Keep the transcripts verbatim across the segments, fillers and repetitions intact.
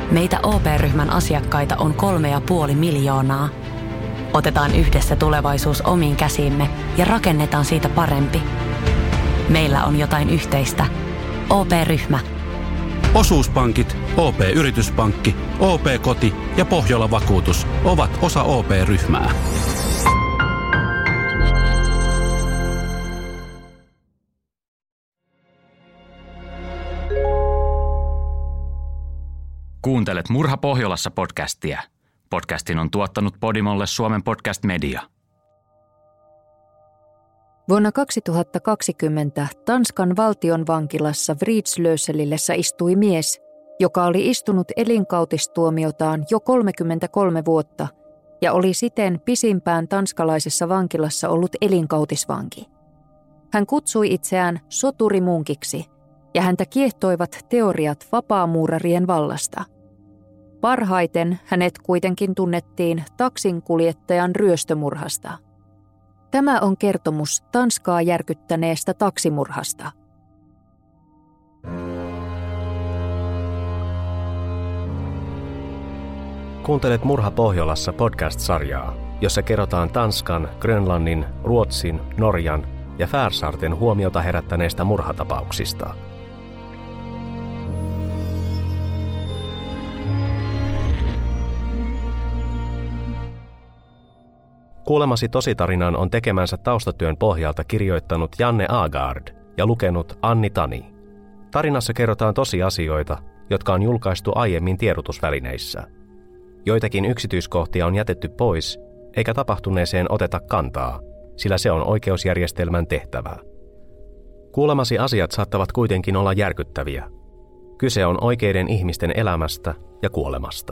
Meitä O P-ryhmän asiakkaita on kolme ja puoli miljoonaa. Otetaan yhdessä tulevaisuus omiin käsiimme ja rakennetaan siitä parempi. Meillä on jotain yhteistä. O P-ryhmä. Osuuspankit, O P-yrityspankki, O P-koti ja Pohjola-vakuutus ovat osa O P-ryhmää. Kuuntelet Murha Pohjolassa podcastia. Podcastin on tuottanut Podimolle Suomen Podcast Media. Vuonna kaksituhattakaksikymmentä Tanskan valtion vankilassa Vridslöselillessä istui mies, joka oli istunut elinkautistuomiotaan jo kolmekymmentäkolme vuotta ja oli siten pisimpään tanskalaisessa vankilassa ollut elinkautisvanki. Hän kutsui itseään soturimunkiksi ja häntä kiehtoivat teoriat vapaamuurarien vallasta. Parhaiten hänet kuitenkin tunnettiin taksinkuljettajan ryöstömurhasta. Tämä on kertomus Tanskaa järkyttäneestä taksimurhasta. Kuuntelet Murha Pohjolassa podcast-sarjaa, jossa kerrotaan Tanskan, Grönlannin, Ruotsin, Norjan ja Färsaarten huomiota herättäneistä murhatapauksista. Kuulemasi tositarinan on tekemänsä taustatyön pohjalta kirjoittanut Janne Agard ja lukenut Anni Tani. Tarinassa kerrotaan tosiasioita, jotka on julkaistu aiemmin tiedotusvälineissä. Joitakin yksityiskohtia on jätetty pois, eikä tapahtuneeseen oteta kantaa, sillä se on oikeusjärjestelmän tehtävä. Kuulemasi asiat saattavat kuitenkin olla järkyttäviä. Kyse on oikeiden ihmisten elämästä ja kuolemasta.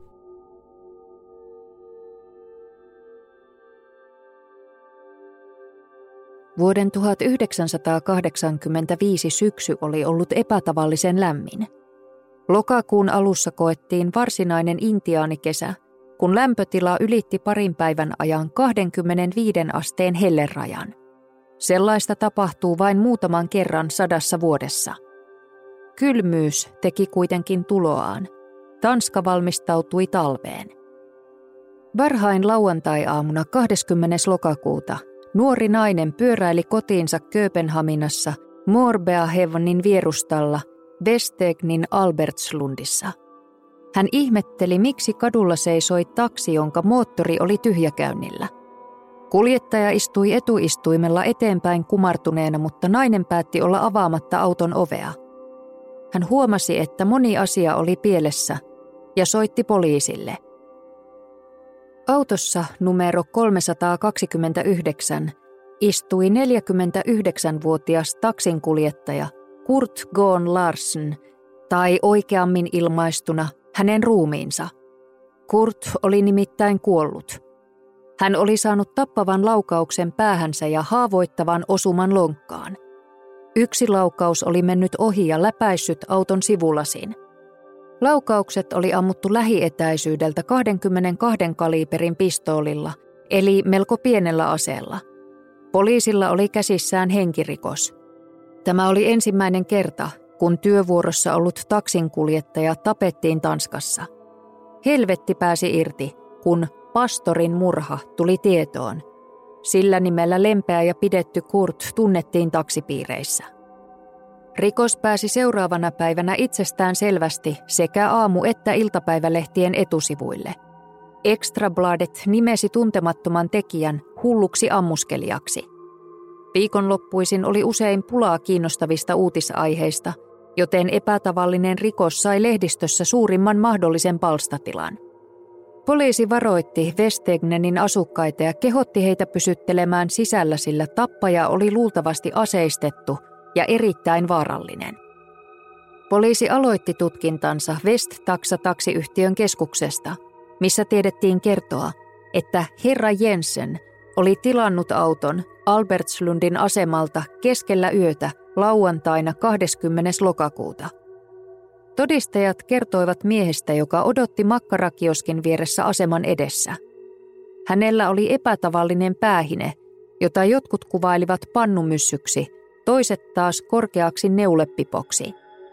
Vuoden tuhatyhdeksänsataakahdeksankymmentäviisi syksy oli ollut epätavallisen lämmin. Lokakuun alussa koettiin varsinainen intiaanikesä, kun lämpötila ylitti parin päivän ajan kaksikymmentäviisi asteen hellerajan. Sellaista tapahtuu vain muutaman kerran sadassa vuodessa. Kylmyys teki kuitenkin tuloaan. Tanska valmistautui talveen. Varhain lauantai-aamuna kahdeskymmenes lokakuuta nuori nainen pyöräili kotiinsa Kööpenhaminassa Morbeahavnin vierustalla Vestegnin Albertslundissa. Hän ihmetteli, miksi kadulla seisoi taksi, jonka moottori oli tyhjäkäynnillä. Kuljettaja istui etuistuimella eteenpäin kumartuneena, mutta nainen päätti olla avaamatta auton ovea. Hän huomasi, että moni asia oli pielessä ja soitti poliisille. Autossa numero kolmesataakaksikymmentäyhdeksän istui neljäkymmentäyhdeksänvuotias taksinkuljettaja Kurt Goon Larsen, tai oikeammin ilmaistuna hänen ruumiinsa. Kurt oli nimittäin kuollut. Hän oli saanut tappavan laukauksen päähänsä ja haavoittavan osuman lonkkaan. Yksi laukaus oli mennyt ohi ja läpäissyt auton sivulasin. Laukaukset oli ammuttu lähietäisyydeltä kaksikymmentäkaksi kaliiperin pistoolilla, eli melko pienellä aseella. Poliisilla oli käsissään henkirikos. Tämä oli ensimmäinen kerta, kun työvuorossa ollut taksinkuljettaja tapettiin Tanskassa. Helvetti pääsi irti, kun pastorin murha tuli tietoon. Sillä nimellä lempeä ja pidetty Kurt tunnettiin taksipiireissä. Rikos pääsi seuraavana päivänä itsestään selvästi sekä aamu- että iltapäivälehtien etusivuille. Extrabladet nimesi tuntemattoman tekijän hulluksi ammuskelijaksi. Viikonloppuisin oli usein pulaa kiinnostavista uutisaiheista, joten epätavallinen rikos sai lehdistössä suurimman mahdollisen palstatilan. Poliisi varoitti Vestegnenin asukkaita ja kehotti heitä pysyttelemään sisällä, sillä tappaja oli luultavasti aseistettu ja erittäin vaarallinen. Poliisi aloitti tutkintansa Vestaksa-taksiyhtiön keskuksesta, missä tiedettiin kertoa, että herra Jensen oli tilannut auton Albertslundin asemalta keskellä yötä lauantaina kahdeskymmenes lokakuuta. Todistajat kertoivat miehestä, joka odotti makkarakioskin vieressä aseman edessä. Hänellä oli epätavallinen päähine, jota jotkut kuvailivat pannumyssyksi, toiset taas korkeaksi neulepipoksi.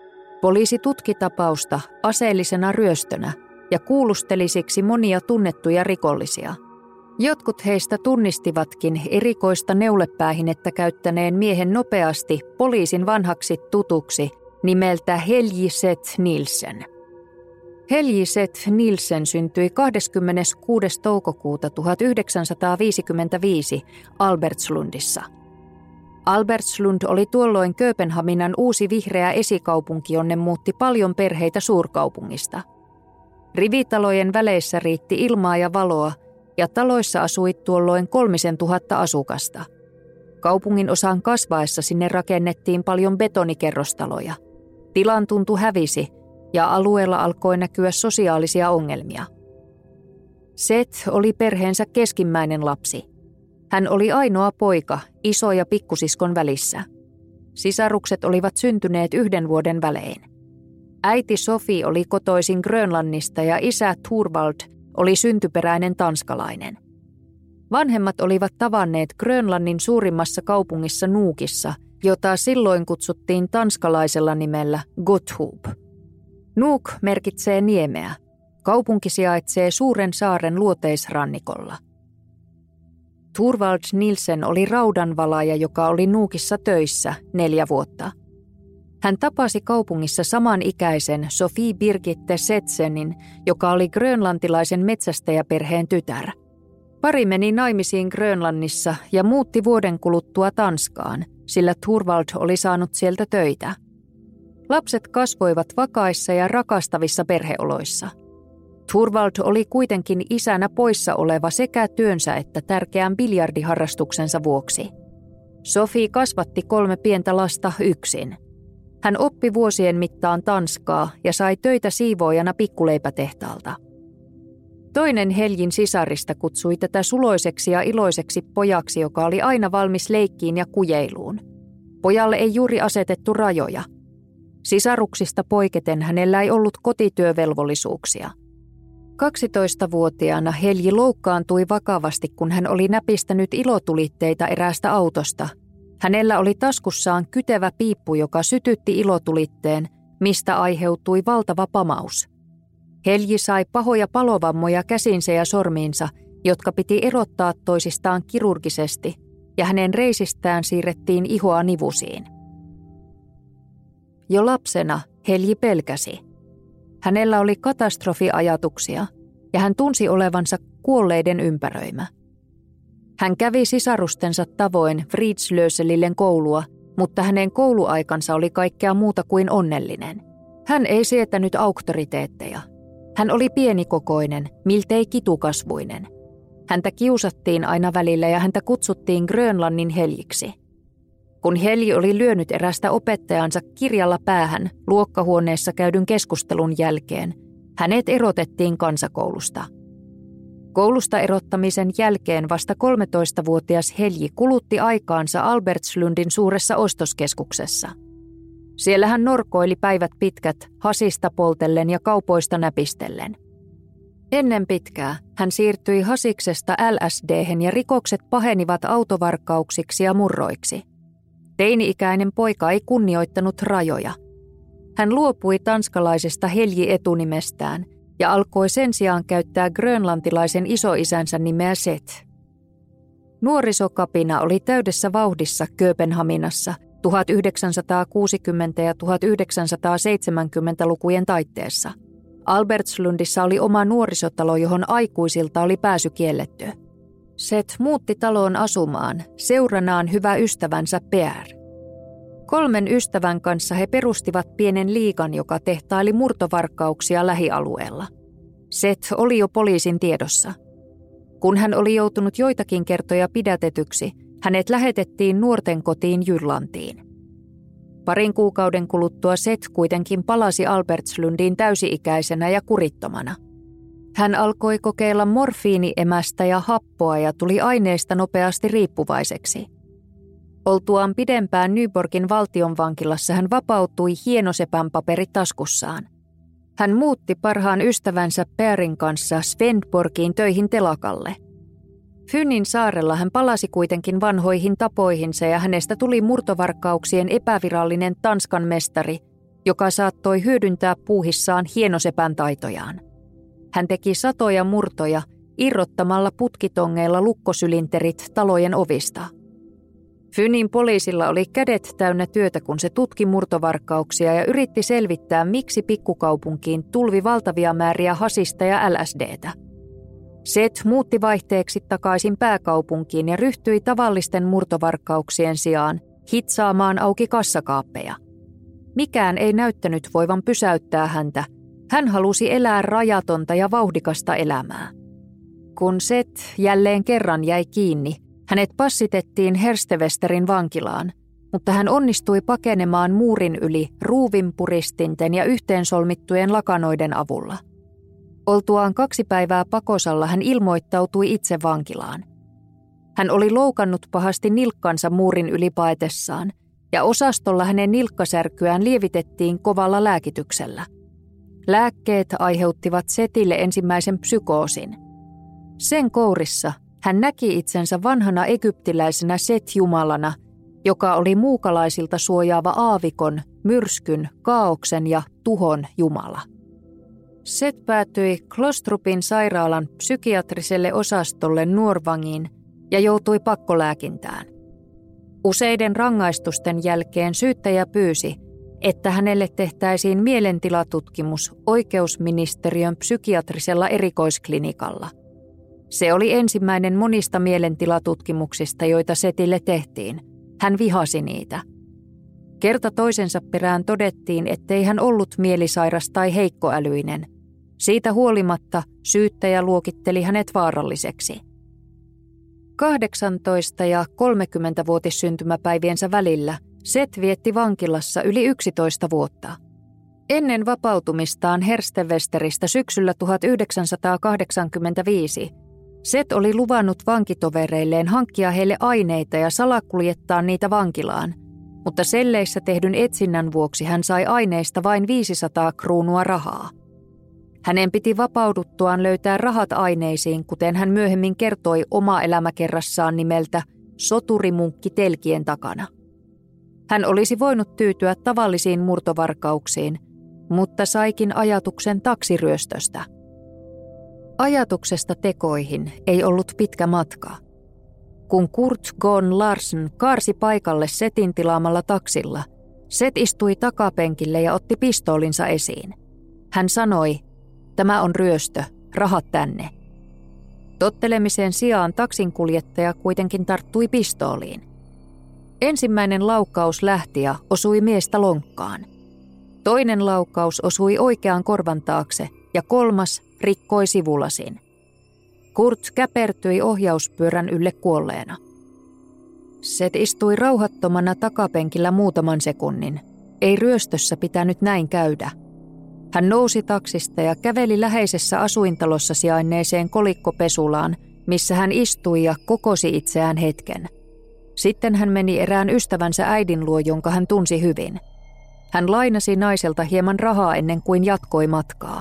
Poliisi tutki tapausta aseellisena ryöstönä ja kuulusteli siksi monia tunnettuja rikollisia. Jotkut heistä tunnistivatkin erikoista neulepäähinettä käyttäneen miehen nopeasti poliisin vanhaksi tutuksi nimeltä Helgi Seth Nielsen. Helgi Seth Nielsen syntyi kahdeskymmeneskuudes toukokuuta tuhatyhdeksänsataaviisikymmentäviisi Albertslundissa. Albertslund oli tuolloin Kööpenhaminan uusi vihreä esikaupunki, jonne muutti paljon perheitä suurkaupungista. Rivitalojen väleissä riitti ilmaa ja valoa, ja taloissa asui tuolloin kolmisen tuhatta asukasta. Kaupungin osan kasvaessa sinne rakennettiin paljon betonikerrostaloja. Tilan tuntu hävisi, ja alueella alkoi näkyä sosiaalisia ongelmia. Seth oli perheensä keskimmäinen lapsi. Hän oli ainoa poika iso- ja pikkusiskon välissä. Sisarukset olivat syntyneet yhden vuoden välein. Äiti Sophie oli kotoisin Grönlannista ja isä Thorvald oli syntyperäinen tanskalainen. Vanhemmat olivat tavanneet Grönlannin suurimmassa kaupungissa Nuukissa, jota silloin kutsuttiin tanskalaisella nimellä Gotthub. Nuuk merkitsee niemeä. Kaupunki sijaitsee suuren saaren luoteisrannikolla. Thorvald Nielsen oli raudanvalaaja, joka oli Nuukissa töissä neljä vuotta. Hän tapasi kaupungissa samanikäisen Sophie Birgitte Setsenin, joka oli grönlantilaisen metsästäjäperheen tytär. Pari meni naimisiin Grönlannissa ja muutti vuoden kuluttua Tanskaan, sillä Thorvald oli saanut sieltä töitä. Lapset kasvoivat vakaissa ja rakastavissa perheoloissa. Thorvald oli kuitenkin isänä poissa oleva sekä työnsä että tärkeän biljardiharrastuksensa vuoksi. Sophie kasvatti kolme pientä lasta yksin. Hän oppi vuosien mittaan tanskaa ja sai töitä siivoojana pikkuleipätehtaalta. Toinen Helgin sisarista kutsui tätä suloiseksi ja iloiseksi pojaksi, joka oli aina valmis leikkiin ja kujeiluun. Pojalle ei juuri asetettu rajoja. Sisaruksista poiketen hänellä ei ollut kotityövelvollisuuksia. kaksitoistavuotiaana Helgi loukkaantui vakavasti, kun hän oli näpistänyt ilotulitteita eräästä autosta. Hänellä oli taskussaan kytevä piippu, joka sytytti ilotulitteen, mistä aiheutui valtava pamaus. Helgi sai pahoja palovammoja käsinsä ja sormiinsa, jotka piti erottaa toisistaan kirurgisesti, ja hänen reisistään siirrettiin ihoa nivusiin. Jo lapsena Helgi pelkäsi. Hänellä oli katastrofiajatuksia, ja hän tunsi olevansa kuolleiden ympäröimä. Hän kävi sisarustensa tavoin Fridslöselillen koulua, mutta hänen kouluaikansa oli kaikkea muuta kuin onnellinen. Hän ei sietänyt auktoriteetteja. Hän oli pienikokoinen, miltei kitukasvuinen. Häntä kiusattiin aina välillä ja häntä kutsuttiin Grönlannin Helgiksi. Kun Helgi oli lyönyt erästä opettajansa kirjalla päähän luokkahuoneessa käydyn keskustelun jälkeen, hänet erotettiin kansakoulusta. Koulusta erottamisen jälkeen vasta kolmetoistavuotias Helgi kulutti aikaansa Albertslundin suuressa ostoskeskuksessa. Siellä hän norkoili päivät pitkät hasista poltellen ja kaupoista näpistellen. Ennen pitkää hän siirtyi hasiksesta L S D:hen ja rikokset pahenivat autovarkauksiksi ja murroiksi. Teini-ikäinen poika ei kunnioittanut rajoja. Hän luopui tanskalaisesta Helgi-etunimestään ja alkoi sen sijaan käyttää grönlantilaisen isoisänsä nimeä Seth. Nuorisokapina oli täydessä vauhdissa Kööpenhaminassa tuhatyhdeksänsataakuusikymmentä- ja tuhatyhdeksänsataaseitsemänkymmentälukujen taitteessa. Albertslundissa oli oma nuorisotalo, johon aikuisilta oli pääsy kielletty. Seth muutti taloon asumaan, seuranaan hyvä ystävänsä Per. Kolmen ystävän kanssa he perustivat pienen liigan, joka tehtaili murtovarkauksia lähialueella. Seth oli jo poliisin tiedossa. Kun hän oli joutunut joitakin kertoja pidätetyksi, hänet lähetettiin nuorten kotiin Jyllantiin. Parin kuukauden kuluttua Seth kuitenkin palasi Albertslundiin täysi-ikäisenä ja kurittomana. Hän alkoi kokeilla morfiiniemästä ja happoa ja tuli aineista nopeasti riippuvaiseksi. Oltuaan pidempään Nyborgin valtionvankilassa hän vapautui hienosepän paperit taskussaan. Hän muutti parhaan ystävänsä Perin kanssa Svendborgiin töihin telakalle. Fynnin saarella hän palasi kuitenkin vanhoihin tapoihinsa ja hänestä tuli murtovarkauksien epävirallinen Tanskan mestari, joka saattoi hyödyntää puuhissaan hienosepän taitojaan. Hän teki satoja murtoja irrottamalla putkitongeilla lukkosylinterit talojen ovista. Fynin poliisilla oli kädet täynnä työtä, kun se tutki murtovarkauksia ja yritti selvittää, miksi pikkukaupunkiin tulvi valtavia määriä hasista ja L S D:tä. Seth muutti vaihteeksi takaisin pääkaupunkiin ja ryhtyi tavallisten murtovarkauksien sijaan hitsaamaan auki kassakaappeja. Mikään ei näyttänyt voivan pysäyttää häntä. Hän halusi elää rajatonta ja vauhdikasta elämää. Kun Seth jälleen kerran jäi kiinni, hänet passitettiin Herstevesterin vankilaan, mutta hän onnistui pakenemaan muurin yli ruuvinpuristinten ja yhteensolmittujen lakanoiden avulla. Oltuaan kaksi päivää pakosalla hän ilmoittautui itse vankilaan. Hän oli loukannut pahasti nilkkansa muurin yli paetessaan, ja osastolla hänen nilkkasärkyään lievitettiin kovalla lääkityksellä. Lääkkeet aiheuttivat Sethille ensimmäisen psykoosin. Sen kourissa hän näki itsensä vanhana egyptiläisenä Set-jumalana, joka oli muukalaisilta suojaava aavikon, myrskyn, kaaoksen ja tuhon jumala. Set päätyi Klostrupin sairaalan psykiatriselle osastolle Nuorvangiin ja joutui pakkolääkintään. Useiden rangaistusten jälkeen syyttäjä pyysi, että hänelle tehtäisiin mielentilatutkimus oikeusministeriön psykiatrisella erikoisklinikalla. Se oli ensimmäinen monista mielentilatutkimuksista, joita Setille tehtiin. Hän vihasi niitä. Kerta toisensa perään todettiin, ettei hän ollut mielisairas tai heikkoälyinen. Siitä huolimatta syyttäjä luokitteli hänet vaaralliseksi. kahdeksantoista- ja kolmekymmentävuotissyntymäpäiviensä välillä Seth vietti vankilassa yli yksitoista vuotta. Ennen vapautumistaan Herstevesteristä syksyllä tuhatyhdeksänsataakahdeksankymmentäviisi Seth oli luvannut vankitovereilleen hankkia heille aineita ja salakuljettaa niitä vankilaan, mutta selleissä tehdyn etsinnän vuoksi hän sai aineista vain viisisataa kruunua rahaa. Hänen piti vapauduttuaan löytää rahat aineisiin, kuten hän myöhemmin kertoi oma elämäkerrassaan nimeltä Soturimunkki telkien takana. Hän olisi voinut tyytyä tavallisiin murtovarkauksiin, mutta saikin ajatuksen taksiryöstöstä. Ajatuksesta tekoihin ei ollut pitkä matka. Kun Kurt Gon Larsen kaarsi paikalle Sethin tilaamalla taksilla, Seth istui takapenkille ja otti pistoolinsa esiin. Hän sanoi, "Tämä on ryöstö, rahat tänne." Tottelemisen sijaan taksinkuljettaja kuitenkin tarttui pistooliin. Ensimmäinen laukaus lähti ja osui miestä lonkkaan. Toinen laukaus osui oikean korvan taakse ja kolmas rikkoi sivulasin. Kurt käpertyi ohjauspyörän ylle kuolleena. Seth istui rauhattomana takapenkillä muutaman sekunnin. Ei ryöstössä pitänyt näin käydä. Hän nousi taksista ja käveli läheisessä asuintalossa sijainneeseen kolikkopesulaan, missä hän istui ja kokosi itseään hetken. Sitten hän meni erään ystävänsä äidin luo, jonka hän tunsi hyvin. Hän lainasi naiselta hieman rahaa ennen kuin jatkoi matkaa.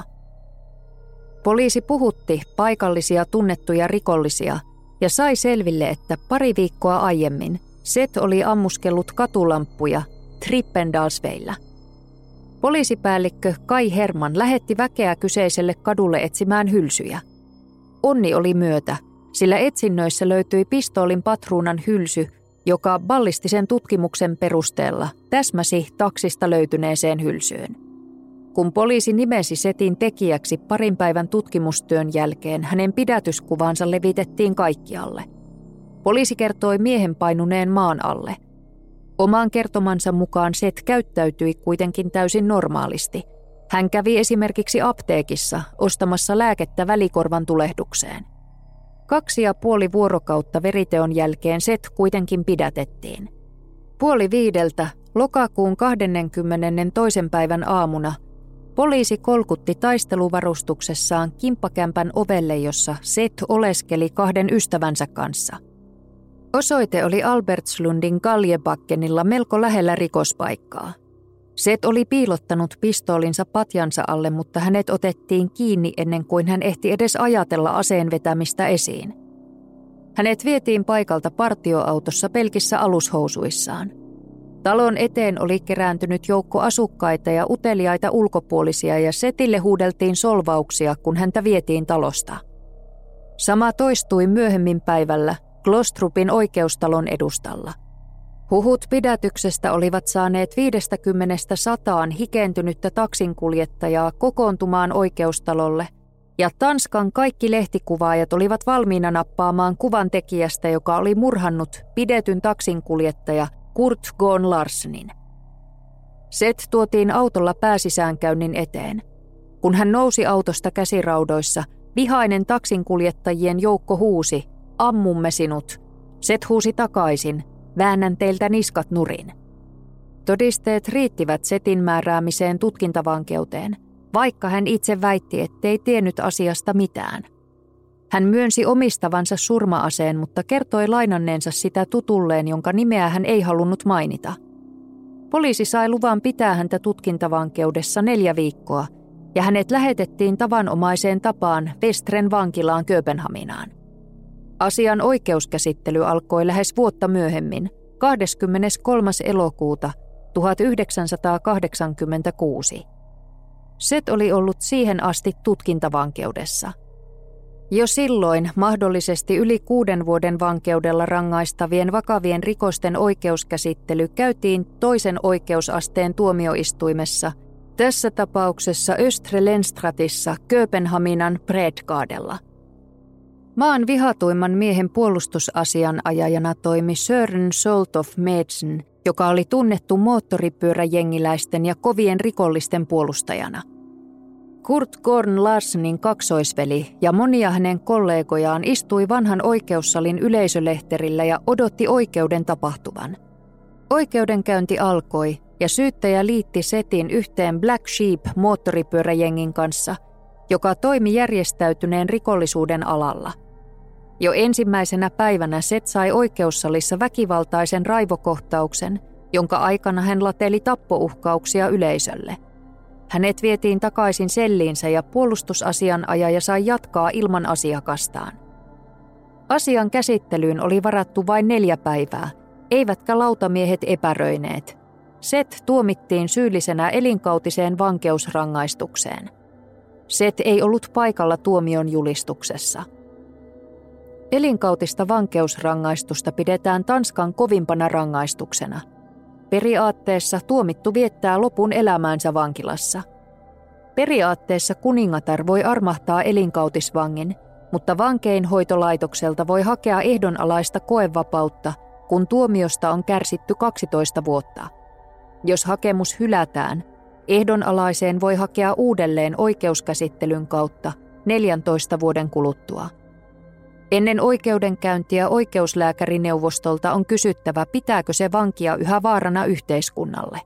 Poliisi puhutti paikallisia tunnettuja rikollisia ja sai selville, että pari viikkoa aiemmin Seth oli ammuskellut katulamppuja Trippendalsveillä. Poliisipäällikkö Kai Herman lähetti väkeä kyseiselle kadulle etsimään hylsyjä. Onni oli myötä, sillä etsinnöissä löytyi pistoolin patruunan hylsy, joka ballistisen tutkimuksen perusteella täsmäsi taksista löytyneeseen hylsyyn. Kun poliisi nimesi Sethin tekijäksi parin päivän tutkimustyön jälkeen, hänen pidätyskuvansa levitettiin kaikkialle. Poliisi kertoi miehen painuneen maan alle. Omaan kertomansa mukaan Seth käyttäytyi kuitenkin täysin normaalisti. Hän kävi esimerkiksi apteekissa ostamassa lääkettä välikorvan tulehdukseen. Kaksi ja puoli vuorokautta veriteon jälkeen Seth kuitenkin pidätettiin. Puoli viideltä lokakuun kahdeskymmenestoinen päivän aamuna poliisi kolkutti taisteluvarustuksessaan kimppakämpän ovelle, jossa Seth oleskeli kahden ystävänsä kanssa. Osoite oli Albertslundin Galjebakkenilla melko lähellä rikospaikkaa. Seth oli piilottanut pistoolinsa patjansa alle, mutta hänet otettiin kiinni ennen kuin hän ehti edes ajatella aseen vetämistä esiin. Hänet vietiin paikalta partioautossa pelkissä alushousuissaan. Talon eteen oli kerääntynyt joukko asukkaita ja uteliaita ulkopuolisia ja Sethille huudeltiin solvauksia, kun häntä vietiin talosta. Sama toistui myöhemmin päivällä Glostrupin oikeustalon edustalla. Huhut pidätyksestä olivat saaneet viidestäkymmenestä sataan hikeentynyttä taksinkuljettajaa kokoontumaan oikeustalolle, ja Tanskan kaikki lehtikuvaajat olivat valmiina nappaamaan kuvan tekijästä, joka oli murhannut pidetyn taksinkuljettaja Kurt Goon Larssonin. Seth tuotiin autolla pääsisäänkäynnin eteen. Kun hän nousi autosta käsiraudoissa, vihainen taksinkuljettajien joukko huusi, ammumme sinut. Seth huusi takaisin, väännän teiltä niskat nurin. Todisteet riittivät Sethin määräämiseen tutkintavankeuteen, vaikka hän itse väitti, ettei tiennyt asiasta mitään. Hän myönsi omistavansa surma-aseen, mutta kertoi lainanneensa sitä tutulleen, jonka nimeä hän ei halunnut mainita. Poliisi sai luvan pitää häntä tutkintavankeudessa neljä viikkoa, ja hänet lähetettiin tavanomaiseen tapaan Vestren vankilaan Kööpenhaminaan. Asian oikeuskäsittely alkoi lähes vuotta myöhemmin, kahdeskymmeneskolmas elokuuta tuhatyhdeksänsataakahdeksankymmentäkuusi. Seth oli ollut siihen asti tutkintavankeudessa. Jo silloin mahdollisesti yli kuuden vuoden vankeudella rangaistavien vakavien rikosten oikeuskäsittely käytiin toisen oikeusasteen tuomioistuimessa, tässä tapauksessa Östre Lennstratissa Kööpenhaminan Bredgadella. Maan vihatuimman miehen puolustusasianajajana toimi Søren Soltoff Madsen, joka oli tunnettu moottoripyöräjengiläisten ja kovien rikollisten puolustajana. Kurt Goon Larssonin kaksoisveli ja monia hänen kollegojaan istui vanhan oikeussalin yleisölehterillä ja odotti oikeuden tapahtuvan. Oikeudenkäynti alkoi ja syyttäjä liitti Sethin yhteen Black Sheep-moottoripyöräjengin kanssa, joka toimi järjestäytyneen rikollisuuden alalla. Jo ensimmäisenä päivänä Seth sai oikeussalissa väkivaltaisen raivokohtauksen, jonka aikana hän lateli tappouhkauksia yleisölle. Hänet vietiin takaisin selliinsä ja puolustusasianajaja sai jatkaa ilman asiakastaan. Asian käsittelyyn oli varattu vain neljä päivää, eivätkä lautamiehet epäröineet. Seth tuomittiin syyllisenä elinkautiseen vankeusrangaistukseen. Seth ei ollut paikalla tuomion julistuksessa. Elinkautista vankeusrangaistusta pidetään Tanskan kovimpana rangaistuksena. Periaatteessa tuomittu viettää lopun elämäänsä vankilassa. Periaatteessa kuningatar voi armahtaa elinkautisvangin, mutta vankeinhoitolaitokselta voi hakea ehdonalaista koevapautta, kun tuomiosta on kärsitty kaksitoista vuotta. Jos hakemus hylätään, ehdonalaiseen voi hakea uudelleen oikeuskäsittelyn kautta neljäntoista vuoden kuluttua. Ennen oikeudenkäyntiä oikeuslääkärineuvostolta on kysyttävä, pitääkö se vankia yhä vaarana yhteiskunnalle.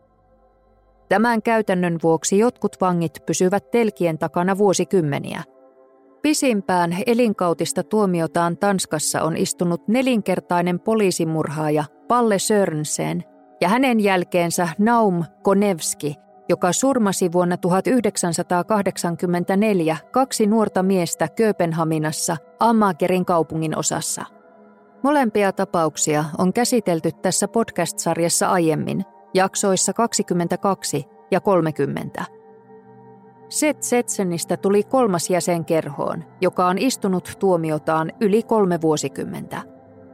Tämän käytännön vuoksi jotkut vangit pysyvät telkien takana vuosikymmeniä. Pisimpään elinkautista tuomiotaan Tanskassa on istunut nelinkertainen poliisimurhaaja Palle Sørensen ja hänen jälkeensä Naum Konevski, joka surmasi vuonna tuhatyhdeksänsataakahdeksankymmentäneljä kaksi nuorta miestä Kööpenhaminassa Amagerin kaupungin osassa. Molempia tapauksia on käsitelty tässä podcast-sarjassa aiemmin, jaksoissa kaksikymmentäkaksi ja kolmekymmentä. Seth Setsenistä tuli kolmas jäsen kerhoon, joka on istunut tuomiotaan yli kolme vuosikymmentä.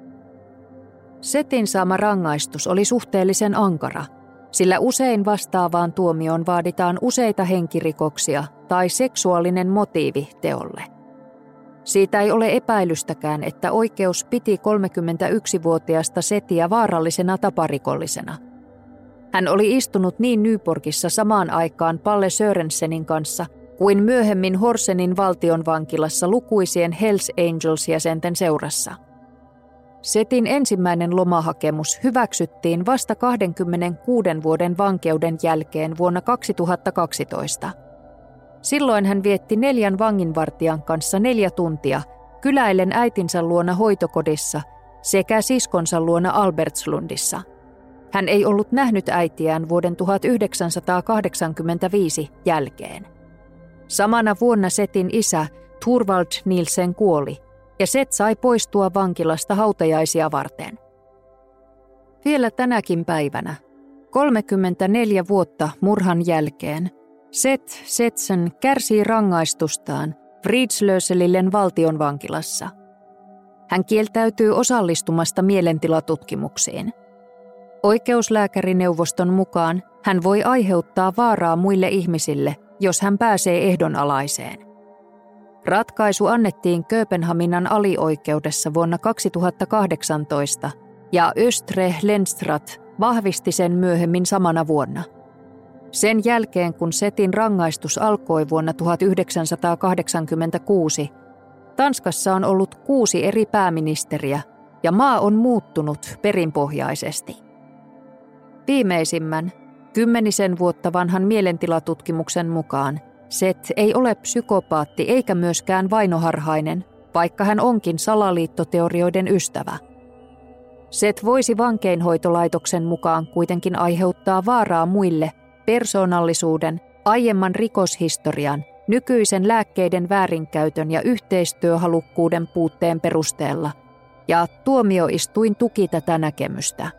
Sethin saama rangaistus oli suhteellisen ankara, sillä usein vastaavaan tuomioon vaaditaan useita henkirikoksia tai seksuaalinen motiivi teolle. Siitä ei ole epäilystäkään, että oikeus piti kolmekymmentäyksivuotiaasta Sethiä vaarallisena taparikollisena. Hän oli istunut niin Nyborgissa samaan aikaan Palle Sørensenin kanssa kuin myöhemmin Horsenin valtionvankilassa lukuisien Hells Angels-jäsenten seurassa. Sethin ensimmäinen lomahakemus hyväksyttiin vasta kaksikymmentäkuuden vuoden vankeuden jälkeen vuonna kaksituhattakaksitoista. Silloin hän vietti neljän vanginvartijan kanssa neljä tuntia kyläillen äitinsä luona hoitokodissa sekä siskonsa luona Albertslundissa. Hän ei ollut nähnyt äitiään vuoden tuhatyhdeksänsataakahdeksankymmentäviisi jälkeen. Samana vuonna Sethin isä Thorvald Nielsen kuoli, ja Seth sai poistua vankilasta hautajaisia varten. Vielä tänäkin päivänä, kolmekymmentäneljä vuotta murhan jälkeen, Seth Stetson kärsii rangaistustaan Fridslöselillen valtion vankilassa. Hän kieltäytyy osallistumasta mielentilatutkimuksiin. Oikeuslääkärineuvoston mukaan hän voi aiheuttaa vaaraa muille ihmisille, jos hän pääsee ehdonalaiseen. Ratkaisu annettiin Kööpenhaminan alioikeudessa vuonna kaksituhattakahdeksantoista ja Östre Lennström vahvisti sen myöhemmin samana vuonna. Sen jälkeen, kun Sethin rangaistus alkoi vuonna tuhatyhdeksänsataakahdeksankymmentäkuusi, Tanskassa on ollut kuusi eri pääministeriä ja maa on muuttunut perinpohjaisesti. Viimeisimmän, kymmenisen vuotta vanhan mielentilatutkimuksen mukaan Seth ei ole psykopaatti eikä myöskään vainoharhainen, vaikka hän onkin salaliittoteorioiden ystävä. Seth voisi vankeinhoitolaitoksen mukaan kuitenkin aiheuttaa vaaraa muille persoonallisuuden, aiemman rikoshistorian, nykyisen lääkkeiden väärinkäytön ja yhteistyöhalukkuuden puutteen perusteella, ja tuomioistuin tuki tätä näkemystä.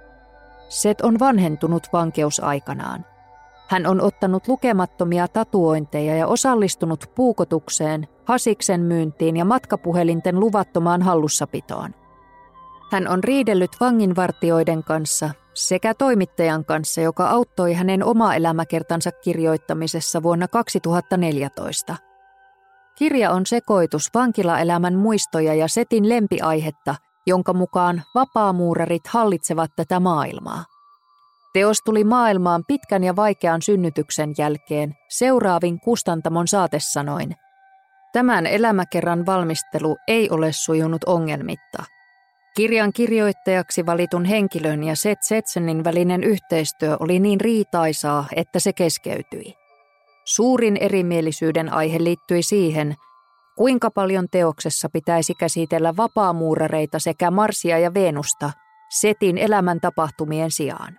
Seth on vanhentunut vankeusaikanaan. Hän on ottanut lukemattomia tatuointeja ja osallistunut puukotukseen, hasiksen myyntiin ja matkapuhelinten luvattomaan hallussapitoon. Hän on riidellyt vanginvartijoiden kanssa sekä toimittajan kanssa, joka auttoi hänen oma elämäkertansa kirjoittamisessa vuonna kaksituhattaneljätoista. Kirja on sekoitus vankilaelämän muistoja ja Sethin lempiaihetta, jonka mukaan vapaamuurarit hallitsevat tätä maailmaa. Teos tuli maailmaan pitkän ja vaikean synnytyksen jälkeen seuraavin kustantamon saatesanoin. Tämän elämäkerran valmistelu ei ole sujunut ongelmitta. Kirjan kirjoittajaksi valitun henkilön ja Seth Stetsonin välinen yhteistyö oli niin riitaisaa, että se keskeytyi. Suurin erimielisyyden aihe liittyi siihen, kuinka paljon teoksessa pitäisi käsitellä vapaamuurareita sekä Marsia ja Venusta Sethin elämän tapahtumien sijaan.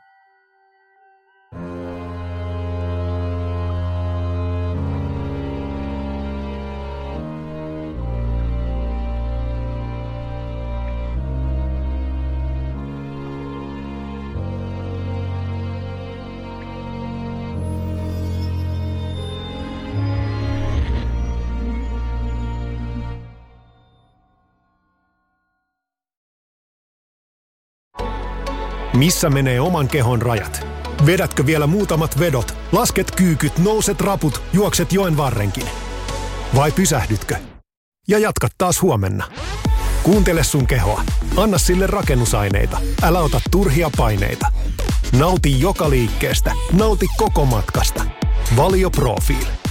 Missä menee oman kehon rajat? Vedätkö vielä muutamat vedot, lasket kyykyt, nouset raput, juokset joen varrenkin? Vai pysähdytkö? Ja jatkat taas huomenna. Kuuntele sun kehoa. Anna sille rakennusaineita. Älä ota turhia paineita. Nauti joka liikkeestä. Nauti koko matkasta. Valio Profiil.